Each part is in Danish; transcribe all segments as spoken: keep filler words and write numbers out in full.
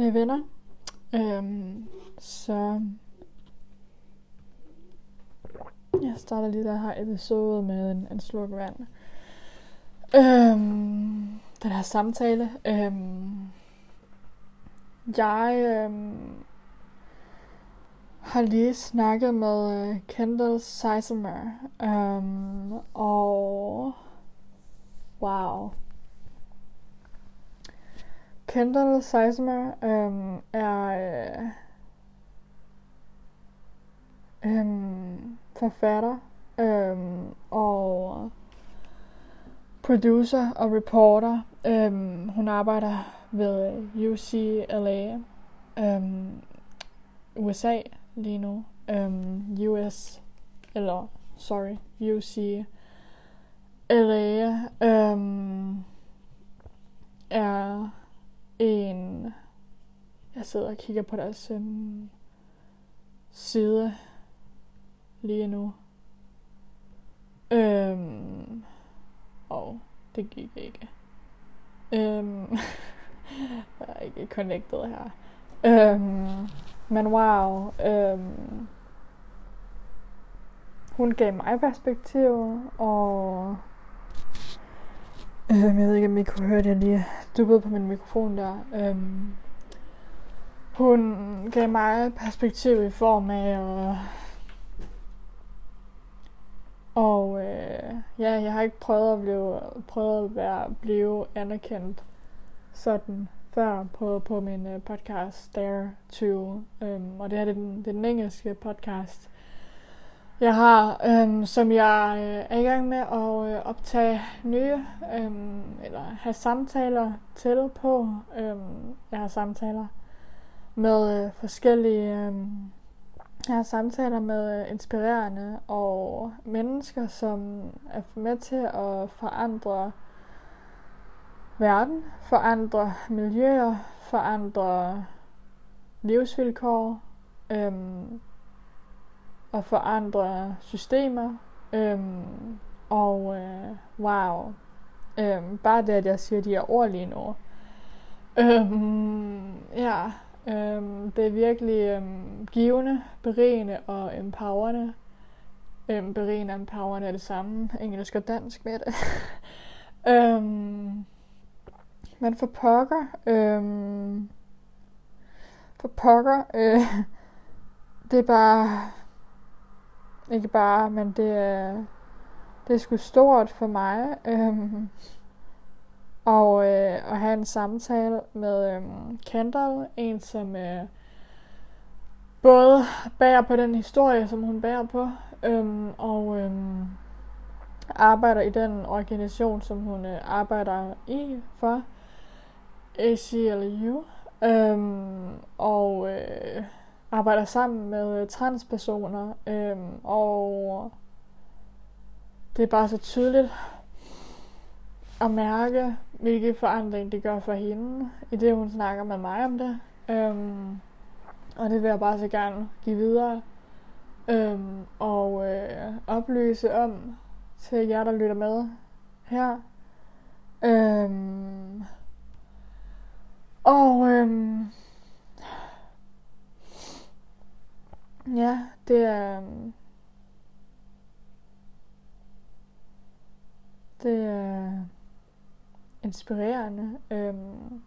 Hey venner, øhm, så jeg starter lige den her episode med en, en slurk vand. Øhm, den her samtale. Øhm, jeg øhm, har lige snakket med uh, Kendall Sizemore, øhm, og wow. Kendall Sizemore øhm, er øh, øhm, forfatter øhm, og producer og reporter. Øhm, hun arbejder ved U C L A, øhm, U S A lige nu. Øhm, U S, eller sorry, U C L A øhm, er en, jeg sidder og kigger på deres øhm, side lige nu. Øhm, og det gik ikke. Øhm, jeg er ikke connected her. Øhm, men wow. Øhm, hun gav mig perspektiv, og øhm, jeg ved ikke, om I kunne høre det, jeg lige duppede på min mikrofon der. Øhm, hun gav mig perspektiv i form af at Og øh, ja, jeg har ikke prøvet at blive, prøvet at være, blive anerkendt sådan før på, på min øh, podcast Dare to. Øhm, og det her det er, den, det er den engelske podcast, jeg har, øhm, som jeg øh, er i gang med at øh, optage nye, øhm, eller have samtaler til på. Øhm, jeg har samtaler med øh, forskellige... Øh, Jeg har samtaler med inspirerende og mennesker, som er med til at forandre verden, forandre miljøer, forandre livsvilkår øhm, og forandre systemer. Øhm, og øh, wow, øhm, bare det, at jeg siger de her ord lige nu. Øhm, ja... Øhm, det er virkelig øhm, givende, berigende og empowerende. Øhm, berigende og empowerende er det samme, engelsk og dansk med det. øhm, men for pokker, øhm, for pokker, øh, det er bare, ikke bare, men det er, det er sgu stort for mig. Øhm, Og øh, at have en samtale med øh, Kendall, en som øh, både bærer på den historie, som hun bærer på, øh, og øh, arbejder i den organisation, som hun øh, arbejder i for, A C L U, øh, og øh, arbejder sammen med øh, transpersoner, øh, og det er bare så tydeligt at mærke, hvilke forandring det gør for hende, i det hun snakker med mig om det. Øhm, og det vil jeg bare så gerne give videre øhm, og øh, oplyse om til jer, der lytter med her. Øhm, og øhm, ja, det er det er inspirerende. Øhm,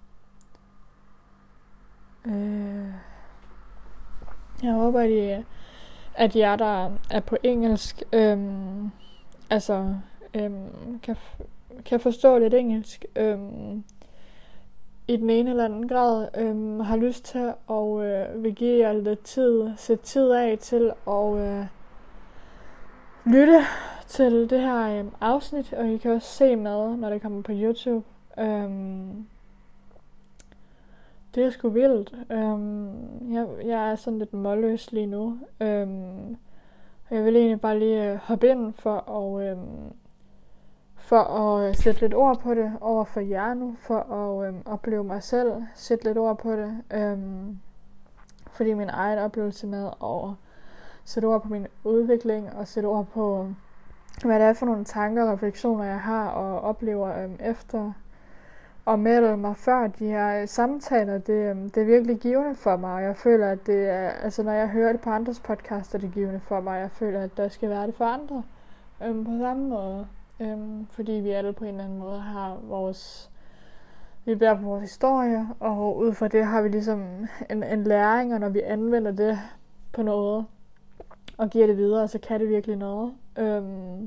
øh, jeg håber, at, I, at jer, der er på engelsk, øhm, altså øhm, kan, kan forstå lidt engelsk øhm, i den ene eller anden grad, øhm, har lyst til at øh, vil give jer lidt tid, sætte tid af til at øh, lytte til det her øhm, afsnit, og I kan også se med, når det kommer på YouTube. Øhm, det er sgu vildt. Øhm, jeg, jeg er sådan lidt målløs lige nu. Øhm, jeg vil egentlig bare lige øh, hoppe ind for at, øhm, for at øh, sætte lidt ord på det over for jer nu, for at øhm, opleve mig selv, sætte lidt ord på det. Øhm, fordi min egen oplevelse med at sætte ord på min udvikling og sætte ord på, hvad det er for nogle tanker og refleksioner, jeg har og oplever øhm, efter at melde mig før de her samtaler, det, det er virkelig givende for mig, og jeg føler, at det er, altså når jeg hører det på andres podcaster, det er givende for mig, jeg føler, at der skal være det for andre, øhm, på samme måde, øhm, fordi vi alle på en eller anden måde har vores, vi bærer på vores historie, og ud fra det har vi ligesom en, en læring, og når vi anvender det på noget, og giver det videre, så kan det virkelig noget. Øhm,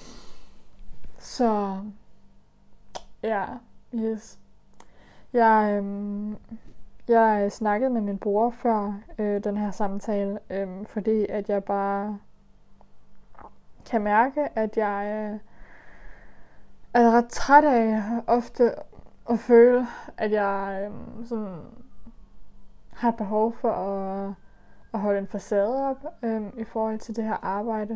så, ja, yes. Jeg, øhm, jeg snakkede med min bror før øh, den her samtale, øhm, fordi at jeg bare kan mærke, at jeg øh, er ret træt af ofte at føle, at jeg øh, sådan har et behov for at, at holde en facade op øh, i forhold til det her arbejde.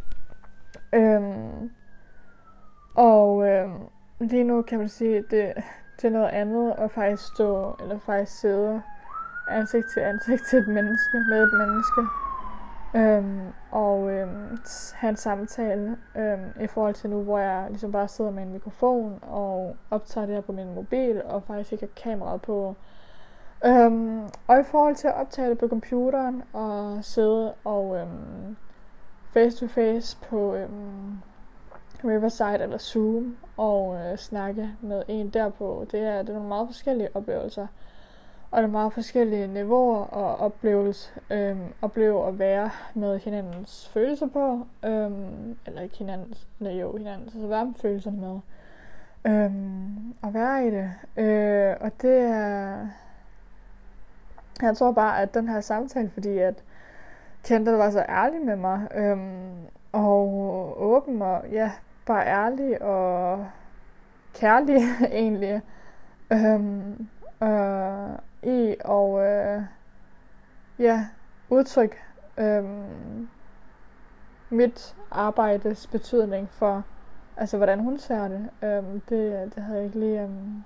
Øhm, og øh, lige nu kan man sige, at det, det er noget andet at faktisk stå, eller faktisk sidde ansigt til ansigt til et menneske, med et menneske. Øhm, og øhm, have en samtale øhm, i forhold til nu, hvor jeg ligesom bare sidder med en mikrofon og optager det her på min mobil, og faktisk ikke har kameraet på. Øhm, og i forhold til at optage det på computeren, og sidde og øhm, face to face på øhm, Riverside eller Zoom, og øh, snakke med en derpå, det er, det er nogle meget forskellige oplevelser. Og der er meget forskellige niveauer og oplevelser, øhm, opleve at være med hinandens følelser på, øhm, eller ikke hinandens, eller jo hinandens, altså være med følelserne med, øhm, og være i det. Øh, og det er, jeg tror bare, at den her samtale, fordi at Kendall var så ærlig med mig, øhm, og åben og ja, bare ærlig og kærlig egentlig, øhm, øh, i og øh, ja, udtryk øhm, mit arbejdes betydning for, altså hvordan hun ser det. Øhm, det, det havde jeg ikke lige, øhm,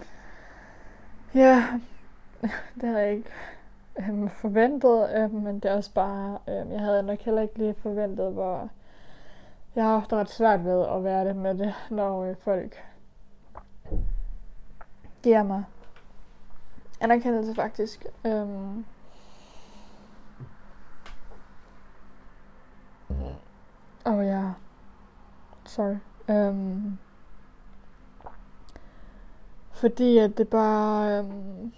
ja, det havde jeg ikke øhm, forventet, øhm, men det er også bare, øhm, jeg havde nok heller ikke lige forventet, hvor jeg har haft ret svært ved at være det med det, når øh, folk giver mig anerkendelse faktisk. Øhm. Oh ja. Yeah. Sorry. Øhm. Fordi at det bare øhm.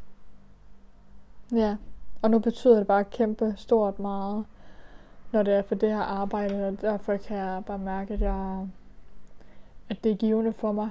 ja. Og nu betyder det bare kæmpe stort meget, når det er for det her arbejde, og derfor kan jeg bare mærke, at jeg at det er givende for mig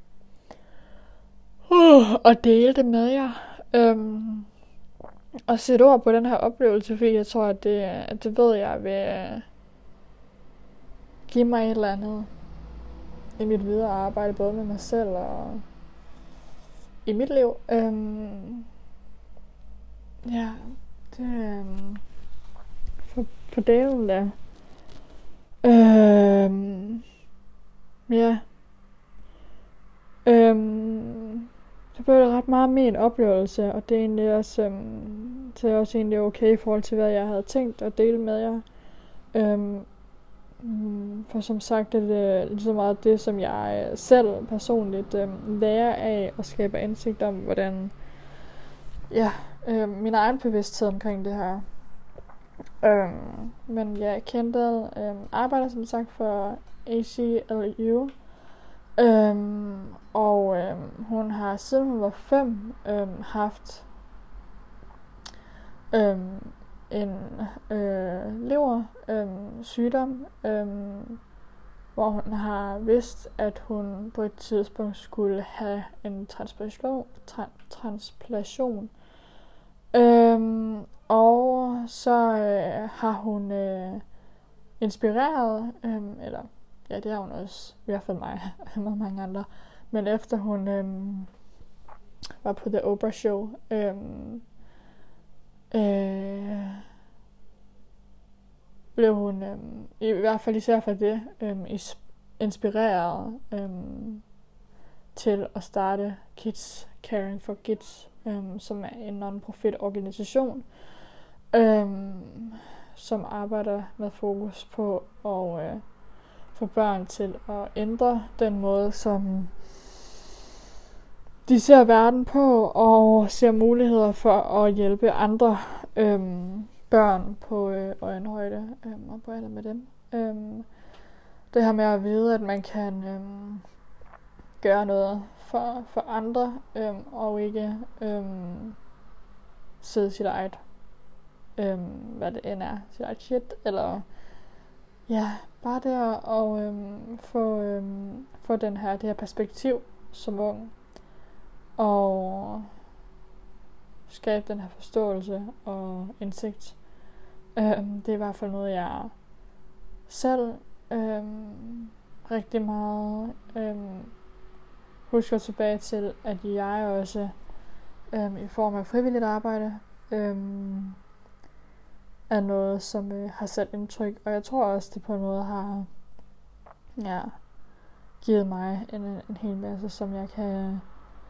Uh, og dele det med jer. Øhm, og sætte ord på den her oplevelse, fordi jeg tror, at det, at det ved jeg vil give mig et eller andet i mit videre arbejde, både med mig selv og i mit liv. Øhm, ja, det øhm, for, for delen der. Øhm, ja. Øhm, så blev det ret meget min oplevelse, og det er egentlig også, øhm, det er også egentlig okay i forhold til, hvad jeg havde tænkt at dele med jer. Øhm, for som sagt er det lige så meget det, som jeg selv personligt øhm, lærer af at skabe indsigt om, hvordan ja, øhm, min egen bevidsthed omkring det her. Øhm, men ja, Kendall øhm, arbejder som sagt for A C L U. Øhm, og øhm, hun har siden hun var fem øhm, haft øhm, en øh, lever øhm, sygdom, øhm, hvor hun har vidst, at hun på et tidspunkt skulle have en transplantation. Tra- transplantation. Øhm, og så øh, har hun øh, inspireret, øhm, eller ja, det er hun også, i hvert fald mig, og mange andre. Men efter hun øhm, var på The Oprah Show, øhm, øh, blev hun, øhm, i hvert fald især for det, øhm, is- inspireret øhm, til at starte Kids Caring for Kids, øhm, som er en non-profit organisation, øhm, som arbejder med fokus på at øh, få børn til at ændre den måde, som de ser verden på, og ser muligheder for at hjælpe andre øhm, børn på øh, øjenhøjde øhm, og arbejde med dem. Øhm, det her med at vide, at man kan øhm, gøre noget for, for andre, øhm, og ikke øhm, sidde sit eget, øhm, hvad det end er, sit eget shit, eller ja, bare det at og, øhm, få, øhm, få den her, det her perspektiv som ung, og skabe den her forståelse og indsigt. Øhm, det er i hvert fald noget, jeg selv øhm, rigtig meget øhm, husker tilbage til, at jeg også øhm, i form af frivilligt arbejde øhm, er noget, som øh, har sat indtryk, og jeg tror også, det på en måde har ja, givet mig en, en hel masse, som jeg kan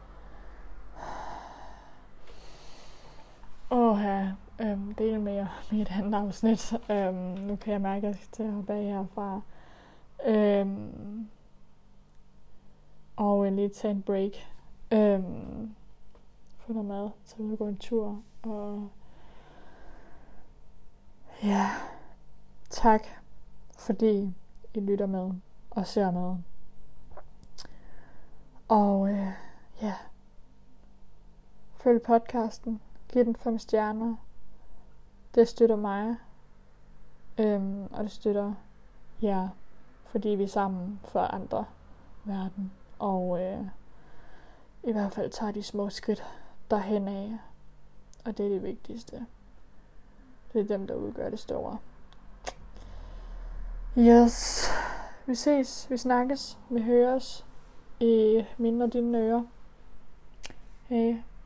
åh ja, øhm, dele mere med et andet afsnit. Øhm, nu kan jeg mærke, at jeg skal til at hoppe af herfra. Øhm, og lige tage en break. Øhm, få noget mad, tage ud og gå en tur. Og ja, tak fordi I lytter med og ser med. Og øh, ja, følg podcasten. Giv den fem stjerner. Det støtter mig. Øhm, og det støtter jer. Fordi vi er sammen for andre verden. Og øh, i hvert fald tager de små skridt derhen af. Og det er det vigtigste. Det er dem, der udgør det store. Yes. Vi ses. Vi snakkes. Vi høres. I mine og dine ører. Hej.